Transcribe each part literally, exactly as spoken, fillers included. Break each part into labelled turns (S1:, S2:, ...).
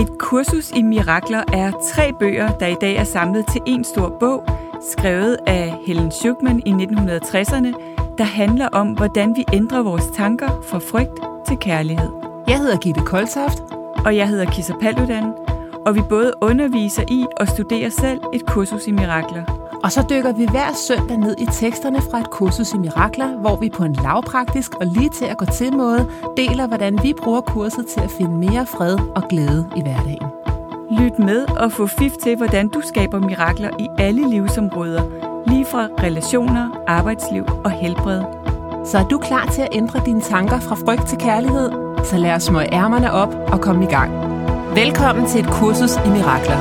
S1: Et kursus i mirakler er tre bøger, der i dag er samlet til en stor bog, skrevet af Helen Schucman i nitten tresserne, der handler om, hvordan vi ændrer vores tanker fra frygt til kærlighed.
S2: Jeg hedder Gitte Koltoft.
S1: Og jeg hedder Kisser Paludan, og vi både underviser i og studerer selv et kursus i mirakler.
S2: Og så dykker vi hver søndag ned i teksterne fra et kursus i mirakler, hvor vi på en lavpraktisk og lige til at gå til måde deler, hvordan vi bruger kurset til at finde mere fred og glæde i hverdagen.
S1: Lyt med og få fif til, hvordan du skaber mirakler i alle livsområder, lige fra relationer, arbejdsliv og helbred.
S2: Så er du klar til at ændre dine tanker fra frygt til kærlighed? Så lad os smøge ærmerne op og komme i gang. Velkommen til et kursus i mirakler.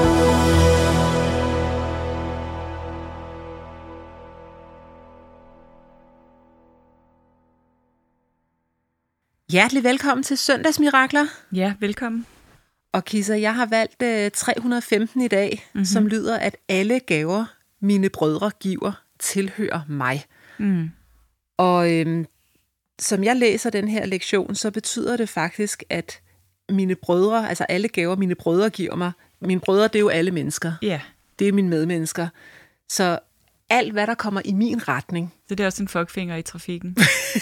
S2: Hjertelig velkommen til Søndagsmirakler.
S1: Ja, velkommen.
S2: Og Kisser, jeg har valgt øh, tre hundrede og femten i dag, mm-hmm. som lyder, at alle gaver, mine brødre giver, tilhører mig.
S1: Mm.
S2: Og øhm, som jeg læser den her lektion, så betyder det faktisk, at mine brødre, altså alle gaver, mine brødre giver mig, mine brødre, det er jo alle mennesker.
S1: Ja. Yeah.
S2: Det er mine medmennesker. Så alt, hvad der kommer i min retning.
S1: Så det er også en fuckfinger i trafikken.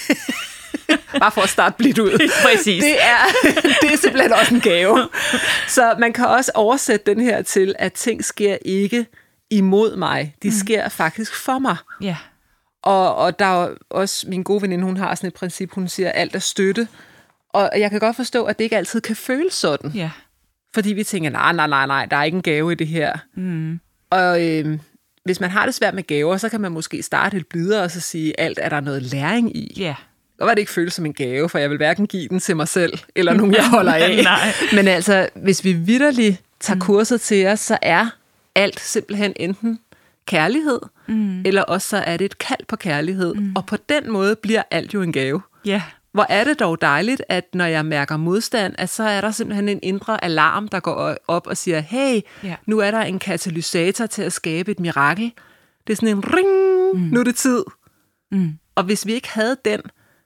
S2: Bare for at starte blidt ud.
S1: Præcis.
S2: Det er, det er simpelthen også en gave. Så man kan også oversætte den her til, at ting sker ikke imod mig. De mm. sker faktisk for mig.
S1: Ja. Yeah.
S2: Og, og der er også, min gode veninde, hun har sådan et princip, hun siger, at alt er støtte. Og jeg kan godt forstå, at det ikke altid kan føles sådan.
S1: Ja.
S2: Fordi vi tænker, nej, nej, nej, nej, der er ikke en gave i det her.
S1: Mm.
S2: Og øh, hvis man har det svært med gaver, så kan man måske starte lidt blidere og så sige, alt er der noget læring i.
S1: Ja.
S2: Og var det ikke føles som en gave, for jeg vil hverken give den til mig selv, eller nogen, jeg holder af.
S1: Nej.
S2: Men altså, hvis vi vitterligt tager kurset til os, så er alt simpelthen enten kærlighed, mm. eller også så er det et kald på kærlighed. Mm. Og på den måde bliver alt jo en gave.
S1: Ja.
S2: Hvor er det dog dejligt, at når jeg mærker modstand, at så er der simpelthen en indre alarm, der går op og siger, hey,
S1: ja.
S2: nu er der en katalysator til at skabe et mirakel. Det er sådan en ring, mm. nu er det tid.
S1: Mm.
S2: Og hvis vi ikke havde den,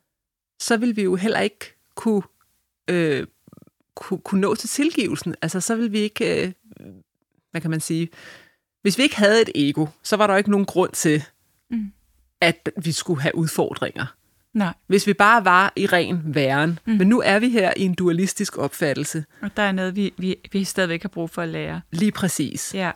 S2: så ville vi jo heller ikke kunne, øh, kunne, kunne nå til tilgivelsen. Altså, så ville vi ikke, øh, hvad kan man sige, hvis vi ikke havde et ego, så var der ikke nogen grund til, mm. at vi skulle have udfordringer.
S1: Nej.
S2: Hvis vi bare var i ren væren. Mm. Men nu er vi her i en dualistisk opfattelse.
S1: Og der er noget, vi, vi, vi stadigvæk har brug for at lære.
S2: Lige præcis.
S1: Ja.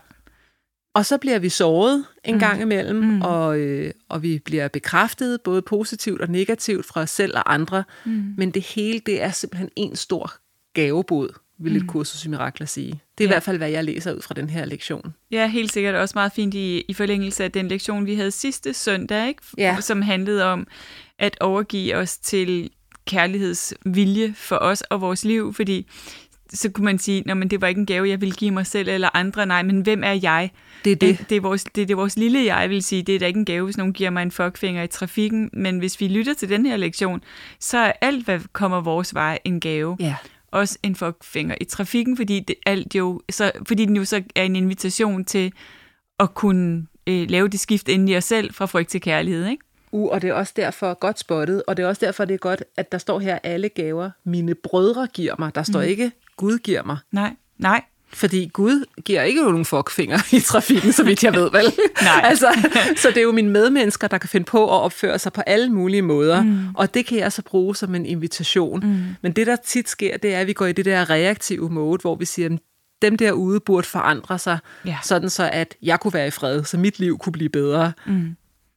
S2: Og så bliver vi såret en mm. gang imellem, mm. og, øh, og vi bliver bekræftet, både positivt og negativt fra os selv og andre. Mm. Men det hele, det er simpelthen en stor gavebod, vil et mm. kursus i mirakler sige. Det er ja. i hvert fald, hvad jeg læser ud fra den her lektion.
S1: Ja, helt sikkert også meget fint i, i forlængelse af den lektion, vi havde sidste søndag, ikke?
S2: Ja.
S1: Som handlede om at overgive os til kærlighedsvilje for os og vores liv, fordi så kunne man sige, nå, men det var ikke en gave, jeg ville give mig selv eller andre. Nej, men hvem er jeg?
S2: Det er det.
S1: Det er vores, det, det er vores lille jeg, vil sige. Det er da ikke en gave, hvis nogen giver mig en fuckfinger i trafikken. Men hvis vi lytter til den her lektion, så er alt, hvad kommer vores vej, en gave.
S2: Ja.
S1: Også en fuckfinger i trafikken, fordi, det, alt jo, så, fordi den jo så er en invitation til at kunne øh, lave det skift inden i os selv fra frygt til kærlighed, ikke?
S2: Uh, og det er også derfor godt spottet, og det er også derfor, det er godt, at der står her, alle gaver, mine brødre giver mig. Der står mm. ikke, Gud giver mig.
S1: Nej, nej.
S2: Fordi Gud giver ikke nogen fuckfinger i trafikken, så vidt jeg ved, vel?
S1: Nej.
S2: Altså, så det er jo mine medmennesker, der kan finde på at opføre sig på alle mulige måder, mm. og det kan jeg så bruge som en invitation. Mm. Men det, der tit sker, det er, at vi går i det der reaktive mode, hvor vi siger, dem derude burde forandre sig, ja. sådan så at jeg kunne være i fred, så mit liv kunne blive bedre.
S1: Mm.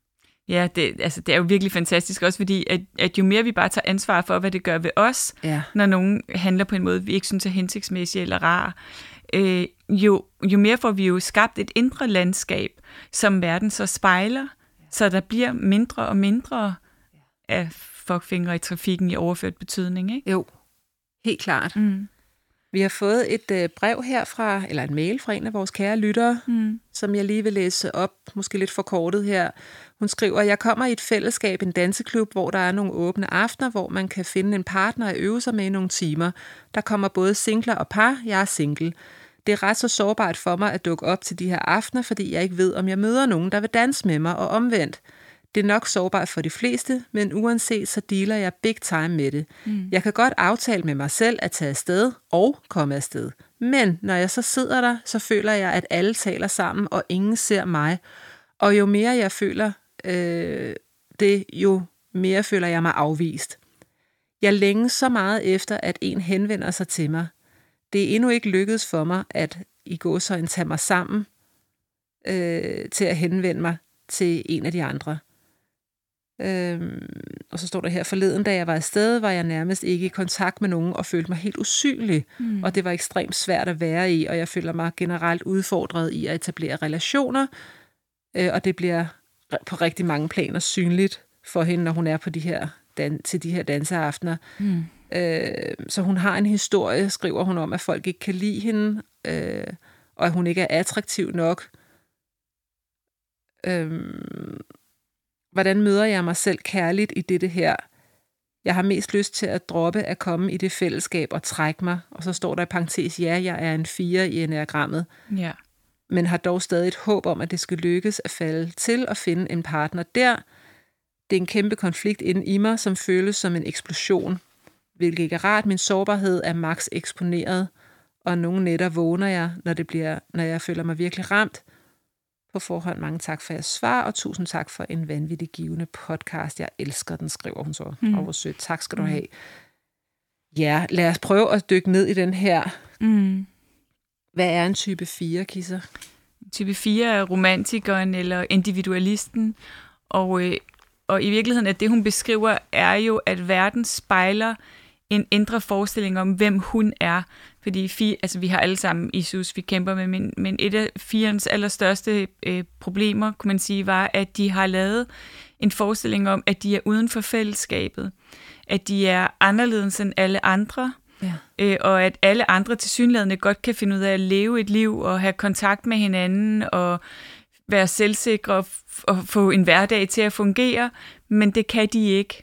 S1: Ja, det, altså, det er jo virkelig fantastisk også, fordi at, at jo mere vi bare tager ansvar for, hvad det gør ved os,
S2: ja.
S1: når nogen handler på en måde, vi ikke synes er hensigtsmæssig eller rar, øh, jo, jo mere får vi jo skabt et indre landskab, som verden så spejler, ja. så der bliver mindre og mindre af fuckfingre i trafikken i overført betydning, ikke?
S2: Jo, helt klart.
S1: Mm.
S2: Vi har fået et øh, brev herfra, eller en mail fra en af vores kære lyttere, mm. som jeg lige vil læse op, måske lidt forkortet her. Hun skriver, jeg kommer i et fællesskab, en danseklub, hvor der er nogle åbne aftener, hvor man kan finde en partner og øve sig med i nogle timer. Der kommer både singler og par, jeg er single. Det er ret så sårbart for mig at dukke op til de her aftener, fordi jeg ikke ved, om jeg møder nogen, der vil danse med mig og omvendt. Det er nok sårbart for de fleste, men uanset så dealer jeg big time med det. Mm. Jeg kan godt aftale med mig selv at tage afsted og komme afsted. Men når jeg så sidder der, så føler jeg, at alle taler sammen, og ingen ser mig. Og jo mere jeg føler øh, det, jo mere føler jeg mig afvist. Jeg længes så meget efter, at en henvender sig til mig. Det er endnu ikke lykkedes for mig, at i gåseøjne tage mig sammen øh, til at henvende mig til en af de andre. Øhm, og så står der her, forleden, da jeg var afsted, var jeg nærmest ikke i kontakt med nogen og følte mig helt usynlig. Mm. Og det var ekstremt svært at være i, og jeg føler mig generelt udfordret i at etablere relationer. Øh, og det bliver på rigtig mange planer synligt for hende, når hun er på de her dan- til de her danseaftener. Mm. Øh, så hun har en historie, skriver hun om, at folk ikke kan lide hende, øh, og at hun ikke er attraktiv nok. Øh, Hvordan møder jeg mig selv kærligt i dette her? Jeg har mest lyst til at droppe at komme i det fællesskab og trække mig. Og så står der i parentes, ja, jeg er en fire i enneagrammet.
S1: Ja.
S2: Men har dog stadig et håb om, at det skal lykkes at falde til og finde en partner der. Det er en kæmpe konflikt inde i mig, som føles som en eksplosion. Hvilket ikke er rart. Min sårbarhed er max eksponeret. Og nogle nætter vågner jeg, når, det bliver, når jeg føler mig virkelig ramt. På forhånd mange tak for jeres svar, og tusind tak for en vanvittig givende podcast. Jeg elsker den, skriver hun så. Mm. Og hvor sødt. Tak skal du have. Ja, lad os prøve at dykke ned i den her. Mm. Hvad er en type fire, Kisser?
S1: Type fire er romantikeren eller individualisten, og, øh, og i virkeligheden, at det hun beskriver, er jo, at verden spejler en indre forestilling om, hvem hun er. Fordi fire, altså, vi har alle sammen issues, vi kæmper med, men, men et af firens allerstørste øh, problemer, kunne man sige, var, at de har lavet en forestilling om, at de er uden for fællesskabet. At de er anderledes end alle andre, ja. øh, og at alle andre tilsyneladende godt kan finde ud af at leve et liv og have kontakt med hinanden og være selvsikre og, f- og få en hverdag til at fungere, men det kan de ikke.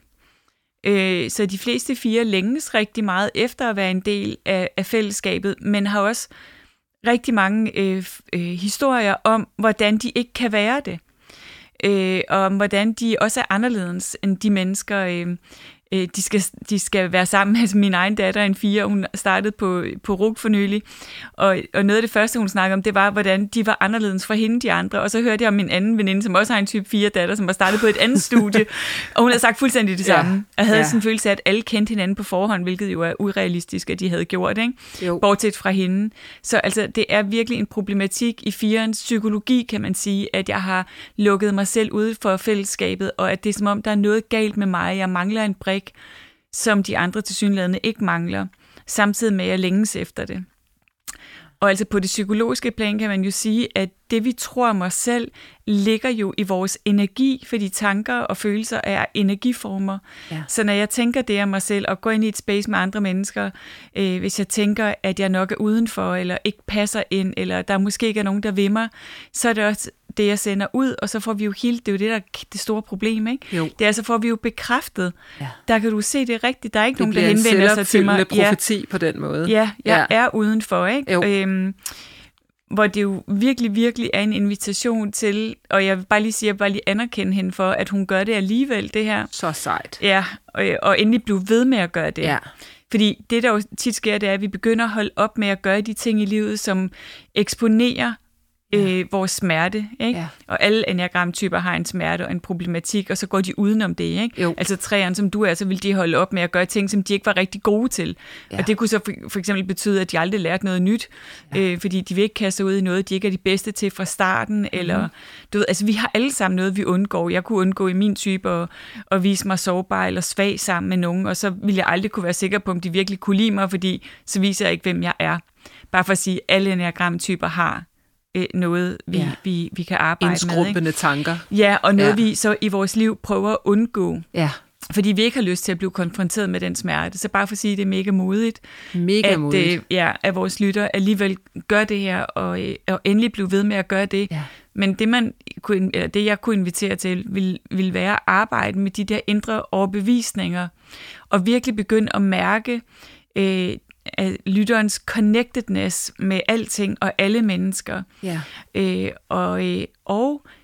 S1: Så de fleste fire længes rigtig meget efter at være en del af, af fællesskabet, men har også rigtig mange øh, øh, historier om, hvordan de ikke kan være det. Øh, og om hvordan de også er anderledes end de mennesker, øh, de, skal, de skal være sammen. Altså min egen datter, en fire, hun startede på, på R U G for nylig, og, og noget af det første, hun snakkede om, det var, hvordan de var anderledes fra hende, de andre. Og så hørte jeg om min anden veninde, som også har en type fire datter, som var startet på et andet studie, og hun havde sagt fuldstændig det samme. Ja. Og havde ja. sådan en følelse af, at alle kendte hinanden på forhånd, hvilket jo er urealistisk, at de havde gjort, ikke? Bortset fra hende. Så altså, det er virkelig en problematik i firens psykologi, kan man sige, at jeg har lukket mig selv ude for fællesskabet, og at det er som om, der er noget galt med mig. Jeg mangler en brik, som de andre tilsyneladende ikke mangler, samtidig med at jeg længes efter det. Og altså på det psykologiske plan kan man jo sige, at det vi tror om os selv, ligger jo i vores energi, fordi tanker og følelser er energiformer. Ja. Så når jeg tænker det om mig selv, og går ind i et space med andre mennesker, øh, hvis jeg tænker, at jeg nok er udenfor, eller ikke passer ind, eller der måske ikke er nogen, der vil mig, så er det også det, jeg sender ud, og så får vi jo helt, det er jo det, der er det store problem, ikke? Jo. Det er altså, får vi jo bekræftet. Ja. Der kan du se, det er rigtigt. Der er ikke
S2: det
S1: nogen, der henvender sig til mig.
S2: Det bliver en profeti på den måde.
S1: Ja, jeg ja. er udenfor, ikke? Øhm, hvor det jo virkelig, virkelig er en invitation til, og jeg vil bare lige sige, jeg vil bare lige anerkende hende for, at hun gør det alligevel, det her.
S2: Så sejt.
S1: Ja, og, og endelig blive ved med at gøre det.
S2: Ja.
S1: Fordi det, der jo tit sker, det er, at vi begynder at holde op med at gøre de ting i livet, som eksponerer Øh, vores smerte, ikke? Ja. Og alle enneagramtyper har en smerte og en problematik, og så går de udenom det, ikke? Jo. Altså træerne, som du er, så vil de holde op med at gøre ting, som de ikke var rigtig gode til. Ja. Og det kunne så for, for eksempel betyde, at de aldrig lærte noget nyt, ja. øh, fordi de vil ikke kaste sig ud i noget, de ikke er de bedste til fra starten, mm. eller du ved, altså vi har alle sammen noget, vi undgår. Jeg kunne undgå i min type at, at vise mig sårbar eller svag sammen med nogen, og så ville jeg aldrig kunne være sikker på, om de virkelig kunne lide mig, fordi så viser jeg ikke, hvem jeg er. Bare for at sige, at alle enneagramtyper har noget, vi, ja. vi, vi kan arbejde med.
S2: Indskrumpende tanker.
S1: Ja, og noget, ja. vi så i vores liv prøver at undgå.
S2: Ja.
S1: Fordi vi ikke har lyst til at blive konfronteret med den smerte. Så bare for at sige, at det er mega modigt.
S2: Mega
S1: at,
S2: modigt.
S1: Øh, ja, at vores lytter alligevel gør det her, og, og endelig blive ved med at gøre det. Ja. Men det, man kunne, eller det, jeg kunne invitere til, vil, vil være at arbejde med de der indre overbevisninger, og virkelig begynde at mærke øh, af lytterens connectedness med alting og alle mennesker. Ja. Øh, og, øh, og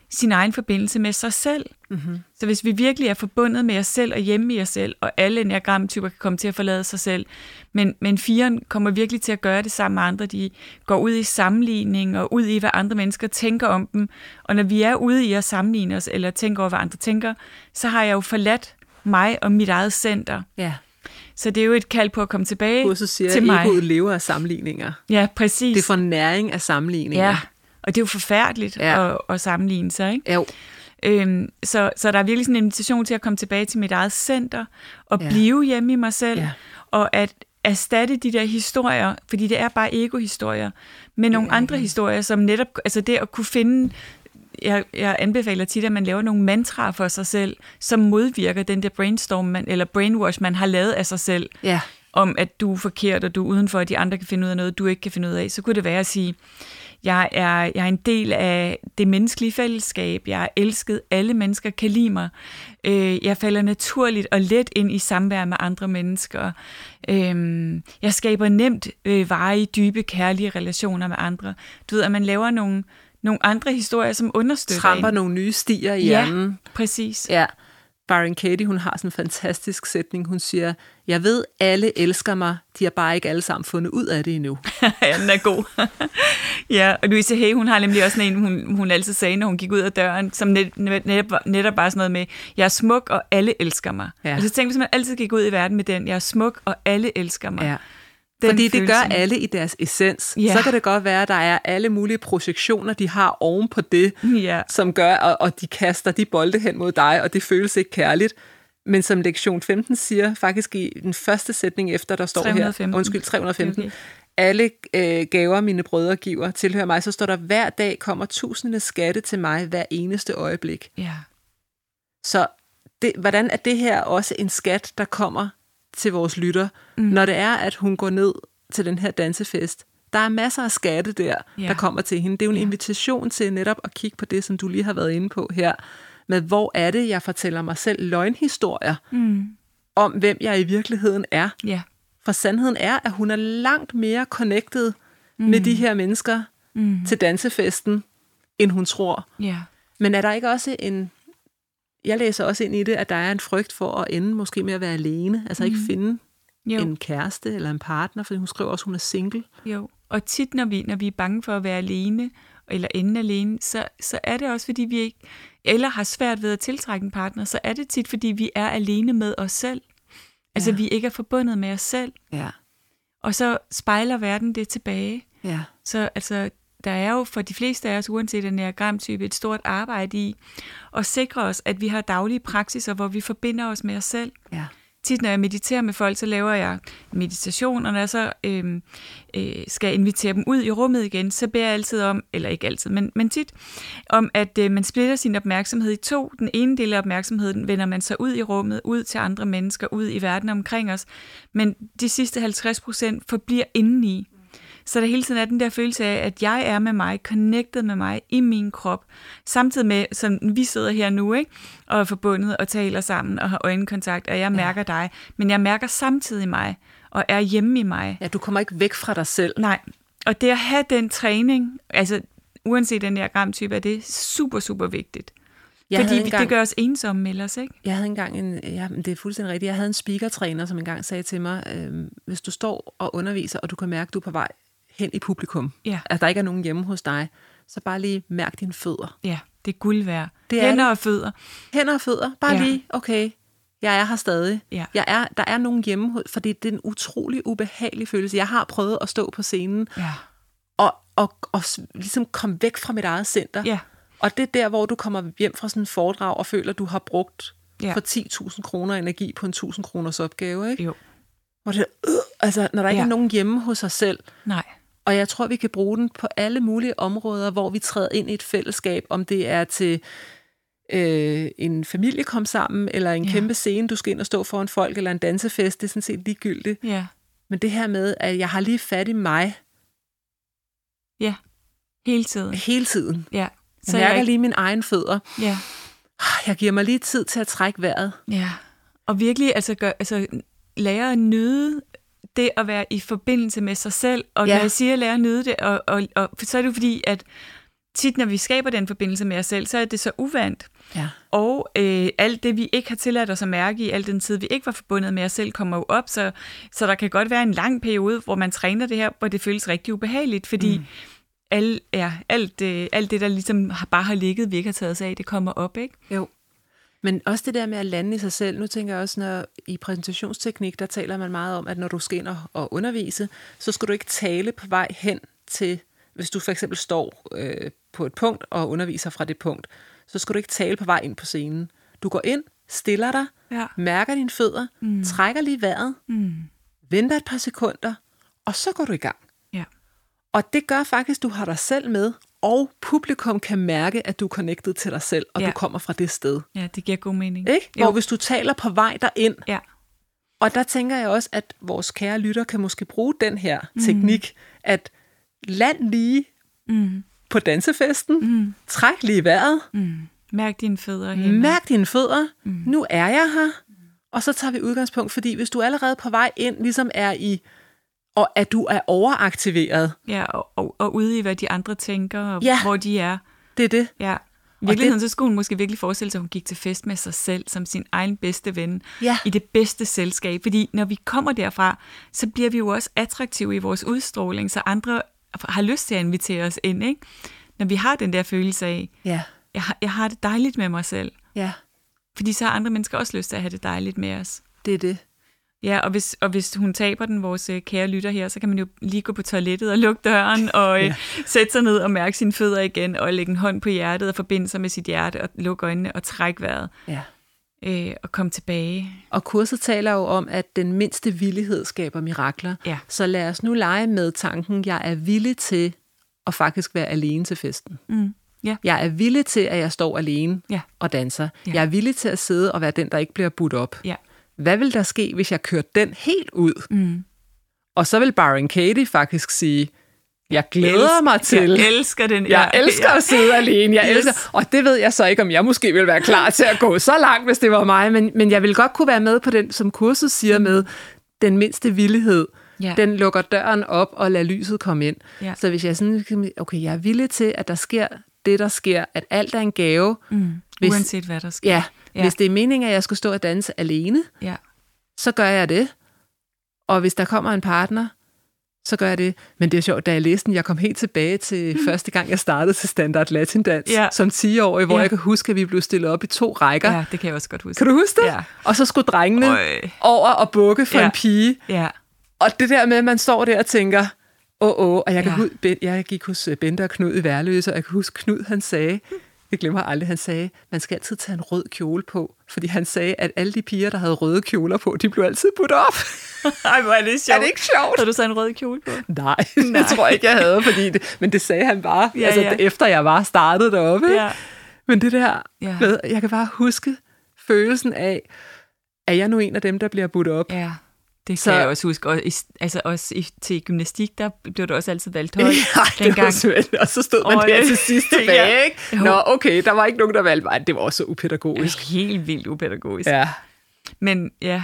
S1: sin egen forbindelse med sig selv. Mm-hmm. Så hvis vi virkelig er forbundet med os selv og hjemme i os selv, og alle enneagramtyper kan komme til at forlade sig selv, men, men firen kommer virkelig til at gøre det sammen med andre, de går ud i sammenligning og ud i, hvad andre mennesker tænker om dem, og når vi er ude i at sammenligne os, eller tænke over, hvad andre tænker, så har jeg jo forladt mig og mit eget center.
S2: Ja.
S1: Så det er jo et kald på at komme tilbage
S2: så siger,
S1: til mig.
S2: Egoet lever af sammenligninger.
S1: Ja, præcis.
S2: Det får næring af sammenligninger.
S1: Ja, og det er jo forfærdeligt ja. at, at sammenligne sig, ikke?
S2: Jo.
S1: Øhm, så, så der er virkelig sådan en invitation til at komme tilbage til mit eget center, og ja. blive hjemme i mig selv, ja. og at erstatte de der historier, fordi det er bare ego-historier, med nogle ja, andre ja. historier, som netop, altså det at kunne finde, jeg, jeg anbefaler tit, at man laver nogle mantraer for sig selv, som modvirker den der brainstorm, man, eller brainwash, man har lavet af sig selv,
S2: ja.
S1: om at du er forkert, og du er udenfor, at de andre kan finde ud af noget, du ikke kan finde ud af. Så kunne det være at sige, jeg er, jeg er en del af det menneskelige fællesskab, jeg er elsket, alle mennesker kan lide mig, øh, jeg falder naturligt og let ind i samvær med andre mennesker, øh, jeg skaber nemt øh, varige, dybe, kærlige relationer med andre. Du ved, at man laver nogle, nogle andre historier, som understøtter
S2: Tramper
S1: en.
S2: nogle nye stier i
S1: ja,
S2: hjernen.
S1: Ja, præcis.
S2: Ja. Byron Katie, hun har sådan en fantastisk sætning. Hun siger, jeg ved, alle elsker mig, de har bare ikke alle sammen fundet ud af det endnu.
S1: Ja, den er god. Ja, og Louise Hay, hun har nemlig også en, hun, hun altid sagde, når hun gik ud af døren, som net, netop, netop bare sådan noget med, jeg er smuk, og alle elsker mig. Ja. Og så tænkte, hvis man altid gik ud i verden med den, jeg er smuk, og alle elsker mig.
S2: Ja. Den Fordi det gør alle i deres essens. Ja. Så kan det godt være, at der er alle mulige projektioner, de har oven på det, ja. som gør, og, og de kaster de bolde hen mod dig, og det føles ikke kærligt. Men som lektion femten siger, faktisk i den første sætning efter, der står
S1: tre hundrede og femten.
S2: Her, undskyld, tre hundrede og femten,
S1: okay.
S2: alle øh, gaver, mine brødre giver, tilhører mig, så står der, hver dag kommer tusinde skatte til mig, hver eneste øjeblik.
S1: Ja.
S2: Så det, hvordan er det her også en skat, der kommer til vores lytter, mm. når det er, at hun går ned til den her dansefest? Der er masser af skatte der, ja. der kommer til hende. Det er jo en ja. invitation til netop at kigge på det, som du lige har været inde på her, med hvor er det, jeg fortæller mig selv løgnhistorier mm. om, hvem jeg i virkeligheden er.
S1: Ja.
S2: For sandheden er, at hun er langt mere connected mm. med de her mennesker mm. til dansefesten, end hun tror.
S1: Ja.
S2: Men er der ikke også en... Jeg læser også ind i det, at der er en frygt for at ende måske med at være alene, altså mm. ikke finde jo. en kæreste eller en partner, fordi hun skriver også, at hun er single.
S1: Jo, og tit når vi, når vi er bange for at være alene, eller ende alene, så, så er det også, fordi vi ikke, eller har svært ved at tiltrække en partner, så er det tit, fordi vi er alene med os selv. Altså, ja. vi ikke er forbundet med os selv.
S2: Ja.
S1: Og så spejler verden det tilbage.
S2: Ja.
S1: Så altså, der er jo for de fleste af os, uanset en enneagramtype, et stort arbejde i at sikre os, at vi har daglige praksiser, hvor vi forbinder os med os selv.
S2: Ja.
S1: Tit, når jeg mediterer med folk, så laver jeg meditation, og når jeg så øh, øh, skal invitere dem ud i rummet igen, så beder jeg altid om, eller ikke altid, men, men tit, om at øh, man splitter sin opmærksomhed i to. Den ene del af opmærksomheden vender man så ud i rummet, ud til andre mennesker, ud i verden omkring os, men de sidste halvtreds procent forbliver indeni. Så der hele tiden er den der følelse af, at jeg er med mig, connected med mig i min krop, samtidig med, som vi sidder her nu, ikke, og er forbundet og taler sammen og har øjenkontakt, og jeg mærker ja. dig, men jeg mærker samtidig mig og er hjemme i mig.
S2: Ja, du kommer ikke væk fra dig selv.
S1: Nej, og det at have den træning, altså uanset den enneagramtype, er det super, super vigtigt. Jeg Fordi engang, det gør os ensomme ellers, ikke?
S2: Jeg havde engang en, ja, det er fuldstændig rigtigt, jeg havde en speakertræner, som engang sagde til mig, øh, hvis du står og underviser, og du kan mærke, at du er på vej hen i publikum,
S1: ja.
S2: at der ikke er nogen hjemme hos dig, så bare lige mærk dine fødder.
S1: Ja, det er guld værd.
S2: Det
S1: Hænder
S2: det.
S1: og fødder.
S2: Hænder og fødder. Bare ja. lige, okay, jeg er her stadig.
S1: Ja.
S2: Jeg er, der er nogen hjemme hos, fordi det er en utrolig ubehagelig følelse. Jeg har prøvet at stå på scenen
S1: ja.
S2: og, og, og ligesom komme væk fra mit eget center.
S1: Ja.
S2: Og det er der, hvor du kommer hjem fra sådan en foredrag og føler, at du har brugt
S1: ja.
S2: for ti tusind kroner energi på en tusind kroners opgave, ikke?
S1: Jo.
S2: Hvor det, øh, altså, når der ikke ja. er nogen hjemme hos os selv.
S1: Nej.
S2: Og jeg tror, vi kan bruge den på alle mulige områder, hvor vi træder ind i et fællesskab, om det er til øh, en familie kom sammen, eller en ja. kæmpe scene, du skal ind og stå foran folk, eller en dansefest, det er sådan set ligegyldigt.
S1: Ja.
S2: Men det her med, at jeg har lige fat i mig.
S1: Ja, hele tiden.
S2: Hele tiden.
S1: Ja.
S2: Så jeg mærker jeg ikke... lige mine egne fødder.
S1: Ja.
S2: Jeg giver mig lige tid til at trække vejret.
S1: Ja, og virkelig altså, gør, altså lære at nyde det at være i forbindelse med sig selv. Og ja. når jeg siger at lære at nyde det, og, og, og, så er det jo fordi, at tit, når vi skaber den forbindelse med os selv, så er det så uvandt.
S2: Ja.
S1: Og øh, alt det, vi ikke har tilladt os at mærke i al den tid, vi ikke var forbundet med os selv, kommer jo op. Så, så der kan godt være en lang periode, hvor man træner det her, hvor det føles rigtig ubehageligt, fordi mm. alt, ja, alt, øh, alt det, der ligesom bare har ligget, vi ikke har taget sig af, det kommer op, ikke?
S2: Jo. Men også det der med at lande i sig selv. Nu tænker jeg også, når i præsentationsteknik, der taler man meget om, at når du skal ind og undervise, så skal du ikke tale på vej hen til, hvis du for eksempel står øh, på et punkt og underviser fra det punkt, så skal du ikke tale på vej ind på scenen. Du går ind, stiller dig, ja. mærker dine fødder, mm. trækker lige vejret, mm. venter et par sekunder, og så går du i gang.
S1: Ja.
S2: Og det gør faktisk, at du har dig selv med, og publikum kan mærke, at du er connected til dig selv, og ja. du kommer fra det sted.
S1: Ja, det giver god mening.
S2: Ikke? Hvor hvis du taler på vej derind,
S1: ja.
S2: og der tænker jeg også, at vores kære lytter kan måske bruge den her mm. teknik, at land lige mm. på dansefesten, mm. træk lige vejret,
S1: mm. mærk dine fødder. Hænder.
S2: Mærk dine fødder. Mm. Nu er jeg her, og så tager vi udgangspunkt, fordi hvis du allerede på vej ind, ligesom er i, og at du er overaktiveret.
S1: Ja, og, og, og ude i, hvad de andre tænker, og
S2: ja,
S1: hvor de er.
S2: Det er det.
S1: Ja. I virkeligheden, det, så skulle hun måske virkelig forestille sig, at hun gik til fest med sig selv, som sin egen bedste ven,
S2: ja.
S1: i det bedste selskab. Fordi når vi kommer derfra, så bliver vi jo også attraktive i vores udstråling, så andre har lyst til at invitere os ind, ikke? Når vi har den der følelse af,
S2: ja.
S1: jeg, har, jeg har det dejligt med mig selv.
S2: Ja.
S1: Fordi så har andre mennesker også lyst til at have det dejligt med os.
S2: Det er det.
S1: Ja, og hvis, og hvis hun taber den, vores kære lytter her, så kan man jo lige gå på toilettet og lukke døren, og ja. sætte sig ned og mærke sine fødder igen, og lægge en hånd på hjertet og forbinde sig med sit hjerte, og lukke øjnene og trække vejret.
S2: Ja.
S1: Øh, og komme tilbage.
S2: Og kurset taler jo om, at den mindste villighed skaber mirakler.
S1: Ja.
S2: Så lad os nu lege med tanken, jeg er villig til at faktisk være alene til festen.
S1: Mm. Ja.
S2: Jeg er villig til, at jeg står alene
S1: ja.
S2: og danser.
S1: Ja.
S2: Jeg er villig til at sidde og være den, der ikke bliver budt op.
S1: Ja.
S2: Hvad vil der ske, hvis jeg kørte den helt ud?
S1: Mm.
S2: Og så vil Byron Katie faktisk sige, jeg glæder
S1: elsker,
S2: mig til...
S1: Jeg elsker den.
S2: Jeg ja, elsker ja. at sidde alene. Jeg yes. elsker, og det ved jeg så ikke, om jeg måske vil være klar til at gå så langt, hvis det var mig. Men, men jeg vil godt kunne være med på den, som kurset siger med, den mindste villighed. Ja. Den lukker døren op og lader lyset komme ind. Ja. Så hvis jeg sådan, okay, jeg er villig til, at der sker det, der sker, at alt er en gave.
S1: Mm. Hvis, Uanset hvad der sker.
S2: Ja, ja, hvis det er meningen, at jeg skal stå og danse alene,
S1: ja.
S2: så gør jeg det. Og hvis der kommer en partner, så gør jeg det. Men det er sjovt, da jeg læste den, jeg kom helt tilbage til mm. første gang, jeg startede til Standard Latindans, ja. som ti-årig, hvor ja. jeg kan huske, at vi blev stillet op i to rækker.
S1: Ja, det kan jeg også godt huske.
S2: Kan du huske det?
S1: Ja.
S2: Og så skulle drengene Øj. over og bukke for
S1: ja.
S2: en pige.
S1: Ja.
S2: Og det der med, at man står der og tænker, åh, åh, og jeg, kan ja. huske, jeg gik hos Bente og Knud i Værløse, og jeg kan huske, Knud, han sagde, jeg glemmer aldrig, han sagde, man skal altid tage en rød kjole på, fordi han sagde, at alle de piger, der havde røde kjoler på, de blev altid budt op.
S1: Ej, hvor er det sjovt.
S2: Er det ikke sjovt?
S1: Har du så en rød kjole på?
S2: Nej, Nej. det tror jeg ikke, jeg havde, fordi det, men det sagde han bare,
S1: ja,
S2: altså
S1: ja.
S2: efter jeg var startet deroppe.
S1: Ja.
S2: Men det der,
S1: ja.
S2: med, jeg kan bare huske følelsen af, er jeg nu en af dem, der bliver budt op?
S1: Ja. Det kan så, jeg også huske. Og, altså også i, til gymnastik, der blev det også altid valgt højt.
S2: Ja, det var svært. Og så stod man og, der til sidst tilbage, ja. ikke? Nå, okay, der var ikke nogen, der valgte mig. Det var også så upædagogisk.
S1: Ja, helt vildt upædagogisk.
S2: Ja.
S1: Men ja.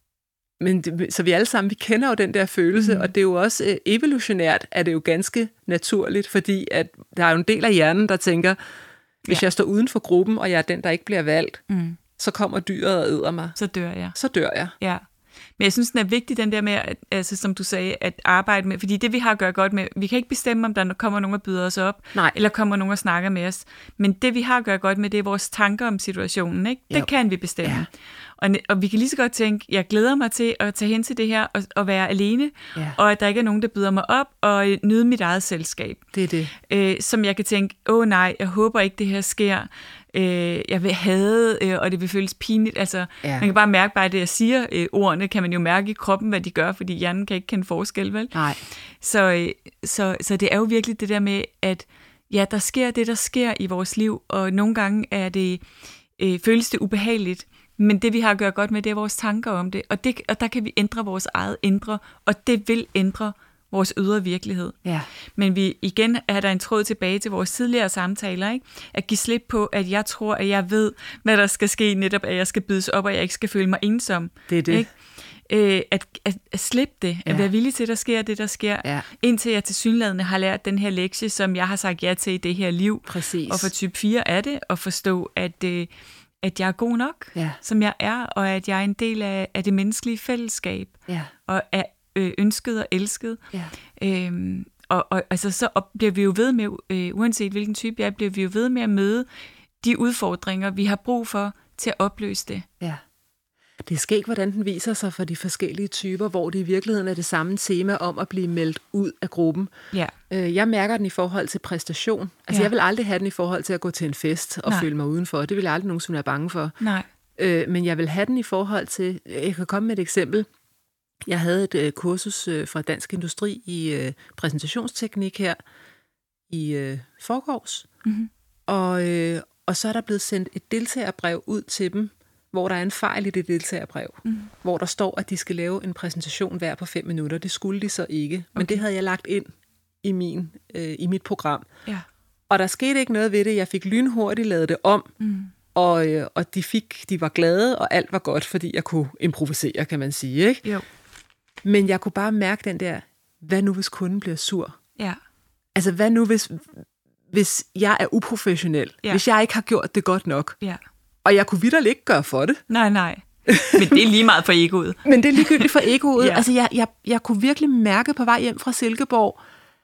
S2: Men det, så vi alle sammen, vi kender jo den der følelse, mm. og det er jo også øh, evolutionært, er det jo ganske naturligt, fordi at der er jo en del af hjernen, der tænker, hvis ja. jeg står uden for gruppen, og jeg er den, der ikke bliver valgt, mm. så kommer dyret og æder mig.
S1: Så dør jeg.
S2: Så dør jeg.
S1: Ja. Men jeg synes, den er vigtig, den der med, at, altså, som du sagde, at arbejde med, fordi det vi har at gøre godt med, vi kan ikke bestemme, om der kommer nogen og byder os op,
S2: Nej.
S1: eller kommer nogen og snakker med os, men det vi har at gøre godt med, det er vores tanker om situationen, ikke? Det jo. kan vi bestemme. Ja. Og, og vi kan lige så godt tænke, jeg glæder mig til at tage hen til det her, og, og være alene, ja. og at der ikke er nogen, der byder mig op, og nyde mit eget selskab.
S2: Det er det.
S1: Øh, som jeg kan tænke, åh nej, jeg håber ikke, det her sker. Øh, jeg vil have, øh, og det vil føles pinligt. Altså, ja. Man kan bare mærke bare det, jeg siger. Øh, ordene kan man jo mærke i kroppen, hvad de gør, fordi hjernen kan ikke kende forskel, vel?
S2: Nej.
S1: Så, øh, så, så det er jo virkelig det der med, at ja, der sker det, der sker i vores liv, og nogle gange er det, øh, føles det ubehageligt, men det, vi har at gøre godt med, det er vores tanker om det, og, det, og der kan vi ændre vores eget indre, og det vil ændre vores ydre virkelighed.
S2: Ja.
S1: Men vi igen er der en tråd tilbage til vores tidligere samtaler, ikke? At give slip på, at jeg tror, at jeg ved, hvad der skal ske, netop at jeg skal bydes op, og jeg ikke skal føle mig ensom.
S2: Det er det.
S1: Øh, at, at, at slippe det,
S2: Ja.
S1: at være villig til, at der sker det, der sker,
S2: Ja.
S1: indtil jeg tilsyneladende har lært den her lektie, som jeg har sagt ja til i det her liv.
S2: Præcis.
S1: Og for type fire er det at forstå, at, øh, at jeg er god nok,
S2: Ja.
S1: som jeg er, og at jeg er en del af, af det menneskelige fællesskab,
S2: Ja.
S1: og er øh, ønsket og elsket.
S2: Ja.
S1: Øhm, og, og altså, så op, bliver vi jo ved med, øh, uanset hvilken type jeg er, bliver vi jo ved med at møde de udfordringer, vi har brug for til at opløse det.
S2: Ja. Det er skægt, hvordan den viser sig for de forskellige typer, hvor det i virkeligheden er det samme tema om at blive meldt ud af gruppen.
S1: Ja.
S2: Øh, Jeg mærker den i forhold til præstation. Altså,
S1: Ja.
S2: jeg vil aldrig have den i forhold til at gå til en fest og
S1: Nej.
S2: føle mig udenfor. Det vil jeg aldrig nogensinde være bange for.
S1: Nej.
S2: Øh, Men jeg vil have den i forhold til... Jeg kan komme med et eksempel. Jeg havde et øh, kursus øh, fra Dansk Industri i øh, præsentationsteknik her i øh, forgårs.
S1: Mm-hmm.
S2: Og, øh, og så er der blevet sendt et deltagerbrev ud til dem, hvor der er en fejl i det deltagerbrev, mm. hvor der står, at de skal lave en præsentation hver på fem minutter. Det skulle de så ikke, men
S1: Okay.
S2: det havde jeg lagt ind i, min, øh, i mit program.
S1: Ja.
S2: Og der skete ikke noget ved det. Jeg fik lynhurtigt lavet det om,
S1: Mm.
S2: og, øh, og de, fik, de var glade, og alt var godt, fordi jeg kunne improvisere, kan man sige. Ikke?
S1: Jo.
S2: Men jeg kunne bare mærke den der, hvad nu hvis kunden bliver sur?
S1: Ja.
S2: Altså, hvad nu hvis, hvis jeg er uprofessionel?
S1: Ja.
S2: Hvis jeg ikke har gjort det godt nok?
S1: Ja.
S2: Og jeg kunne vitterligt ikke gøre for det.
S1: Nej, nej. Men det er lige meget for egoet.
S2: Men det er ligegyldigt for egoet.
S1: Ja.
S2: Altså, jeg, jeg, jeg kunne virkelig mærke på vej hjem fra Silkeborg,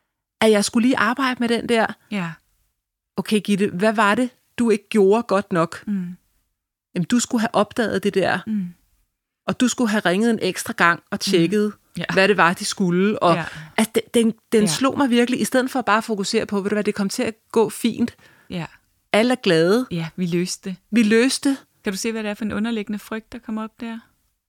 S2: at jeg skulle lige arbejde med den der.
S1: Ja.
S2: Okay, Gitte, hvad var det, du ikke gjorde godt nok?
S1: Mm.
S2: Jamen, du skulle have opdaget det der,
S1: Mm.
S2: og du skulle have ringet en ekstra gang og tjekket, mm.
S1: Ja.
S2: hvad det var, de skulle. Og
S1: Ja.
S2: altså, den, den, den
S1: Ja.
S2: slog mig virkelig, i stedet for bare at fokusere på, ved du hvad, det kom til at gå fint.
S1: Ja.
S2: Alle er glade.
S1: Ja, vi løste det.
S2: Vi løste.
S1: Kan du se, hvad det er for en underliggende frygt, der kommer op der?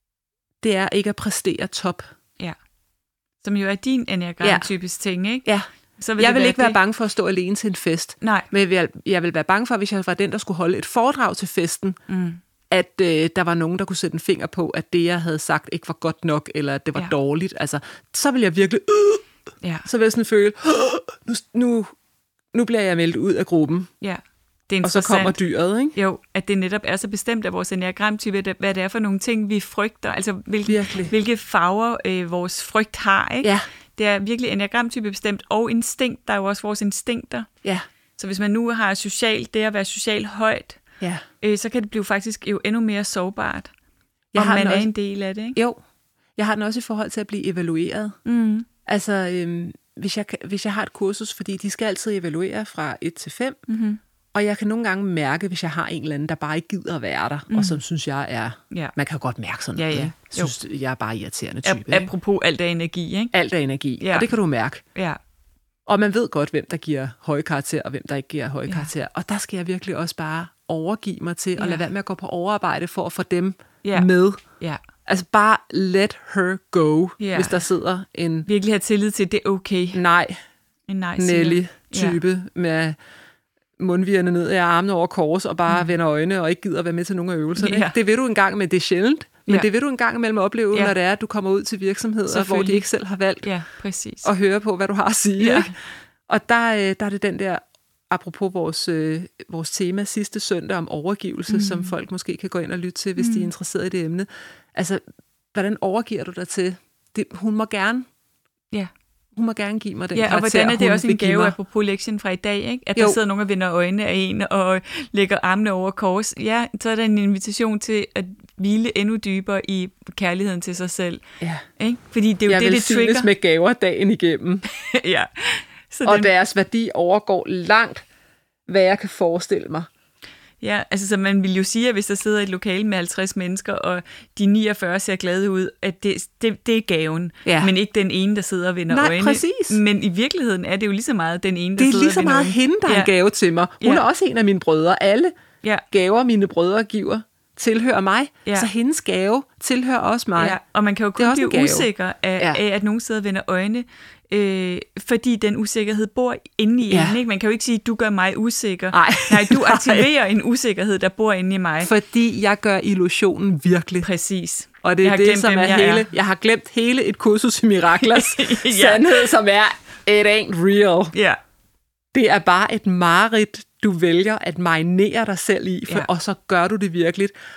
S2: Det er ikke at præstere top.
S1: Ja. Som jo er din enneagram-typisk ting, ikke?
S2: Ja.
S1: Så
S2: Jeg
S1: det
S2: vil ikke være
S1: det.
S2: bange for at stå alene til en fest.
S1: Nej.
S2: Men jeg vil, jeg vil være bange for, hvis jeg var den, der skulle holde et foredrag til festen,
S1: Mm.
S2: at øh, der var nogen, der kunne sætte en finger på, at det, jeg havde sagt, ikke var godt nok, eller at det var
S1: Ja.
S2: dårligt. Altså, så vil jeg virkelig... Øh,
S1: Ja.
S2: så vil jeg sådan føle, nu, nu, nu bliver jeg meldt ud af gruppen,
S1: Ja. Det er
S2: og så
S1: interessant.
S2: kommer dyret, ikke?
S1: Jo, at det netop er så bestemt af vores enneagramtype, hvad det er for nogle ting, vi frygter, altså hvilke,
S2: Virkelig.
S1: hvilke farver øh, vores frygt har, ikke?
S2: Ja,
S1: Det er virkelig enneagramtype bestemt, og instinkt, der er jo også vores instinkter.
S2: ja,
S1: Så hvis man nu har socialt, det at være socialt højt,
S2: ja.
S1: øh, så kan det blive faktisk jo endnu mere sårbart,
S2: Jeg
S1: om
S2: har
S1: man
S2: den
S1: er
S2: også-
S1: en del af det, ikke?
S2: Jo, jeg har den også i forhold til at blive evalueret.
S1: Mm.
S2: Altså, øhm, hvis, jeg, kan- hvis jeg har et kursus, fordi de skal altid evaluere fra et til fem,
S1: Mm-hmm.
S2: og jeg kan nogle gange mærke, hvis jeg har en eller anden, der bare ikke gider at være der, mm. og som synes, jeg er...
S1: Ja.
S2: Man kan godt mærke sådan
S1: Ja,
S2: noget.
S1: ja.
S2: ikke? Synes, jeg er bare irriterende type.
S1: Ap-
S2: ikke?
S1: apropos alt er energi, ikke?
S2: Alt er energi,
S1: Ja.
S2: og det kan du mærke.
S1: Ja.
S2: Og man ved godt, hvem der giver høje karakter, og hvem der ikke giver høje
S1: Ja.
S2: karakter. Og der skal jeg virkelig også bare overgive mig til, og
S1: Ja.
S2: lade være med at gå på overarbejde for at få dem
S1: Ja.
S2: med.
S1: Ja.
S2: Altså bare let her go,
S1: Ja.
S2: hvis der sidder en
S1: Virkelig have tillid til, at det er okay.
S2: nej,
S1: En nej
S2: Nelly-type med mundvirene ned i armene over kors, og bare mm. vender øjne og ikke gider være med til nogle af øvelserne.
S1: Ja.
S2: Ikke? Det vil du engang med, det er sjældent, men
S1: Ja.
S2: det vil du engang imellem opleve,
S1: Ja.
S2: når det er, at du kommer ud til virksomheder, hvor de
S1: Selvfølgelig.
S2: ikke selv har valgt
S1: Ja, præcis.
S2: at høre på, hvad du har at sige.
S1: Ja.
S2: Ikke? Og der, øh, der er det den der, apropos vores, øh, vores tema sidste søndag om overgivelse, mm. som folk måske kan gå ind og lytte til, hvis mm. de er interesseret i det emne. Altså, hvordan overgiver du dig til? Det, hun må gerne
S1: Ja.
S2: Hun må gerne give mig den
S1: Ja,
S2: karakter,
S1: og hvordan er det
S2: hun
S1: også
S2: vil
S1: en
S2: give
S1: gave
S2: mig.
S1: apropos lektien fra i dag, ikke? At
S2: Jo.
S1: der sidder nogen og vender øjnene af en og lægger armene over kors. Ja, så er der en invitation til at hvile endnu dybere i kærligheden til sig selv.
S2: Ja.
S1: Ikke? Fordi det er jo
S2: Jeg
S1: det,
S2: vil
S1: det trigger.
S2: synes med gaver dagen igennem,
S1: Ja. Så
S2: og
S1: den,
S2: deres værdi overgår langt, hvad jeg kan forestille mig.
S1: ja, altså så man vil jo sige, at hvis der sidder et lokale med halvtreds mennesker, og de niogfyrre ser glade ud, at det, det, det er gaven,
S2: Ja.
S1: men ikke den ene, der sidder og vender
S2: Nej,
S1: øjne.
S2: præcis.
S1: Men i virkeligheden er det jo lige så meget den ene, der
S2: Det er
S1: sidder
S2: lige så
S1: og vender
S2: meget
S1: øjne.
S2: hende, der er
S1: Ja.
S2: en gave til mig. Hun
S1: Ja.
S2: er også en af mine brødre. Alle
S1: Ja.
S2: gaver, mine brødre giver, tilhører mig.
S1: Ja.
S2: Så hendes gave tilhører også mig.
S1: Ja, og man kan jo
S2: Det er
S1: kun
S2: også en
S1: blive
S2: gave.
S1: usikker af,
S2: Ja.
S1: af, at nogen sidder og vender øjne, øh, fordi den usikkerhed bor inde i
S2: Ja.
S1: en. Ikke? Man kan jo ikke sige, du gør mig usikker.
S2: Nej.
S1: Nej, du aktiverer en usikkerhed, der bor inde i mig.
S2: Fordi jeg gør illusionen virkelig.
S1: Præcis.
S2: Og det
S1: Jeg
S2: er
S1: har
S2: det,
S1: glemt,
S2: som
S1: hvem
S2: er
S1: jeg
S2: hele...
S1: er.
S2: Jeg har glemt hele et kursus i Miraklers
S1: Ja.
S2: sandhed, som er, it ain't real.
S1: Ja,
S2: Det er bare et mareridt, du vælger at marinere dig selv i, for,
S1: Ja.
S2: og så gør du det virkeligt.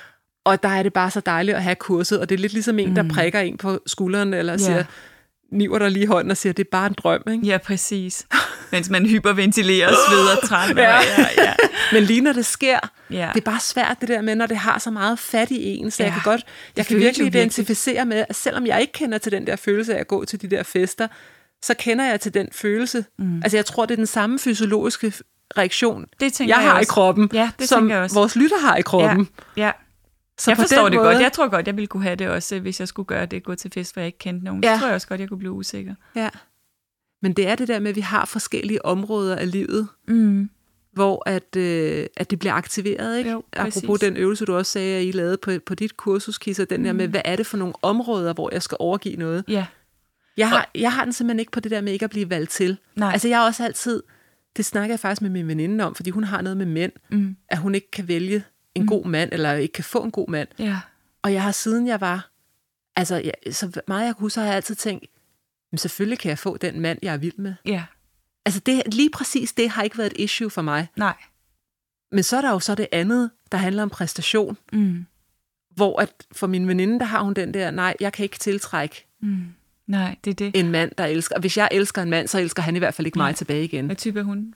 S2: Og der er det bare så dejligt at have kurset, og det er lidt ligesom en, der
S1: Mm.
S2: prikker en på skulderen, eller
S1: Ja.
S2: siger, niver der lige i hånden og siger, det er bare en drøm, ikke?
S1: Ja, præcis. Mens man hyperventilerer og sveder træt.
S2: Ja.
S1: Ja, ja.
S2: Men lige når det sker,
S1: Ja.
S2: det er bare svært det der med, når det har så meget fat i en, så
S1: Ja.
S2: jeg kan godt, jeg kan
S1: føles
S2: virkelig
S1: jo virkelig.
S2: identificere med, at selvom jeg ikke kender til den der følelse af at gå til de der fester, så kender jeg til den følelse. Mm. Altså jeg tror, det er den samme fysiologiske reaktion,
S1: Det tænker
S2: jeg
S1: jeg
S2: har
S1: også.
S2: i kroppen,
S1: Ja, det
S2: som
S1: tænker jeg også.
S2: vores lytter har i kroppen.
S1: Ja, ja.
S2: Så
S1: Jeg
S2: på
S1: forstår
S2: den
S1: det
S2: måde,
S1: godt. Jeg tror godt, jeg ville kunne have det også, hvis jeg skulle gøre det, gå til fest, hvor jeg ikke kendte nogen.
S2: Ja.
S1: Så tror jeg også godt, jeg kunne blive usikker.
S2: Ja. Men det er det der med, at vi har forskellige områder af livet,
S1: Mm.
S2: hvor at, øh, at det bliver aktiveret, ikke?
S1: Jo, præcis.
S2: Apropos den øvelse, du også sagde, at I lavede på, på dit kursus, Kisser, den mm. der med, hvad er det for nogle områder, hvor jeg skal overgive noget?
S1: Ja.
S2: Jeg har, jeg har den simpelthen ikke på det der med ikke at blive valgt til.
S1: Nej.
S2: Altså jeg har også altid, det snakker jeg faktisk med min veninde om, fordi hun har noget med mænd,
S1: Mm.
S2: at hun ikke kan vælge en mm. god mand, eller ikke kan få en god mand.
S1: Ja.
S2: Og jeg har siden jeg var, altså jeg, så meget jeg kan huske, har jeg altid tænkt, men selvfølgelig kan jeg få den mand, jeg er vild med.
S1: Ja.
S2: Altså det, lige præcis det har ikke været et issue for mig.
S1: Nej.
S2: Men så er der jo så det andet, der handler om præstation,
S1: Mm.
S2: hvor at for min veninde, der har hun den der, nej, jeg kan ikke tiltrække
S1: Mm. Nej, det er det.
S2: en mand, der elsker. Og hvis jeg elsker en mand, så elsker han i hvert fald ikke mig
S1: Nej.
S2: tilbage igen.
S1: Hvad type er hun?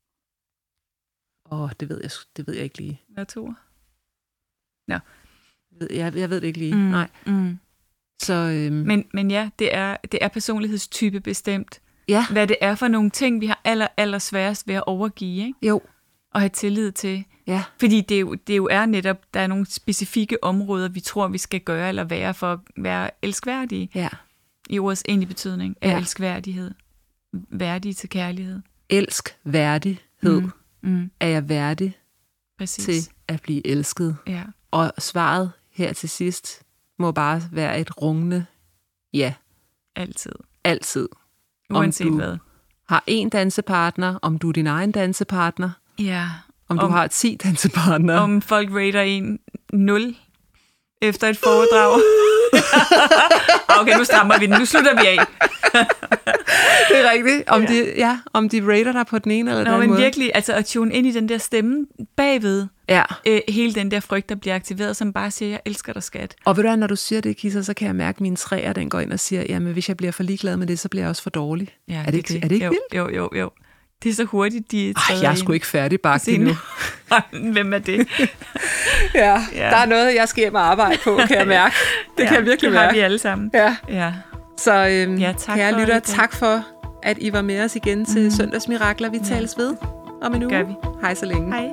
S2: Åh, det ved jeg, det ved jeg ikke lige.
S1: Hvad to?
S2: Jeg ved, jeg, jeg ved det ikke lige.
S1: Mm.
S2: Nej.
S1: Mm.
S2: Så øhm,
S1: Men, men ja, det er, det er personlighedstype bestemt.
S2: ja,
S1: Hvad det er for nogle ting, vi har aller, aller sværest ved at overgive, ikke?
S2: jo,
S1: Og have tillid til.
S2: ja,
S1: Fordi det jo, det jo er netop, der er nogle specifikke områder, vi tror, vi skal gøre eller være for at være elskværdige.
S2: ja.
S1: I ordets egentlige betydning af
S2: Ja.
S1: elskværdighed. Værdige til kærlighed.
S2: Elsk værdighed.
S1: Mm. Mm.
S2: Er jeg værdig
S1: Præcis.
S2: til at blive elsket?
S1: Ja.
S2: Og svaret her til sidst må bare være et rungende ja,
S1: Altid.
S2: altid.
S1: Uanset
S2: om du
S1: hvad.
S2: har en dansepartner, om du er din egen dansepartner,
S1: Ja.
S2: om, om du har ti dansepartnere.
S1: Om folk rater en nul efter et foredrag. Okay, nu strammer vi den. Nu slutter vi af.
S2: Det er rigtigt. Om, ja. de, ja, om de rater dig på den ene eller den
S1: Nå,
S2: anden
S1: men
S2: måde.
S1: virkelig, altså at tune ind i den der stemme bagved,
S2: Ja.
S1: øh, hele den der frygt, der bliver aktiveret, som bare siger, jeg elsker dig, skat.
S2: Og ved du hvad, når du siger det, Kisser, så kan jeg mærke, at mine træer, den går ind og siger, jamen hvis jeg bliver for ligeglad med det, så bliver jeg også for dårlig.
S1: Ja,
S2: er, det ikke, er det ikke
S1: jo,
S2: vildt?
S1: Jo, jo, jo. Det er så hurtigt, de
S2: Ej, jeg er sgu ikke færdig bagt endnu.
S1: Hvem er det?
S2: Ja,
S1: Ja.
S2: der er noget, jeg skal hjem og arbejde på, kan jeg mærke. Det
S1: ja,
S2: kan jeg virkelig
S1: det har
S2: mærke.
S1: vi alle sammen.
S2: Ja.
S1: Ja.
S2: Så øhm,
S1: Ja, tak
S2: kære
S1: for
S2: lytter,
S1: det.
S2: tak for, at I var med os igen til mm. Søndagsmirakler. Vi tales ved om en uge.
S1: Gør vi.
S2: Hej så længe.
S1: Hej.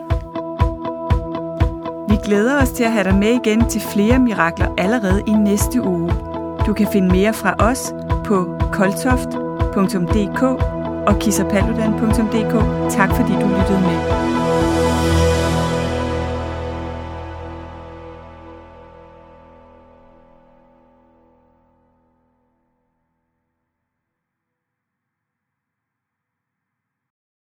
S1: Vi glæder os til at have dig med igen til flere mirakler allerede i næste uge. Du kan finde mere fra os på koltoft punktum d k og kissapaludan punktum d k. Tak fordi du lyttede med.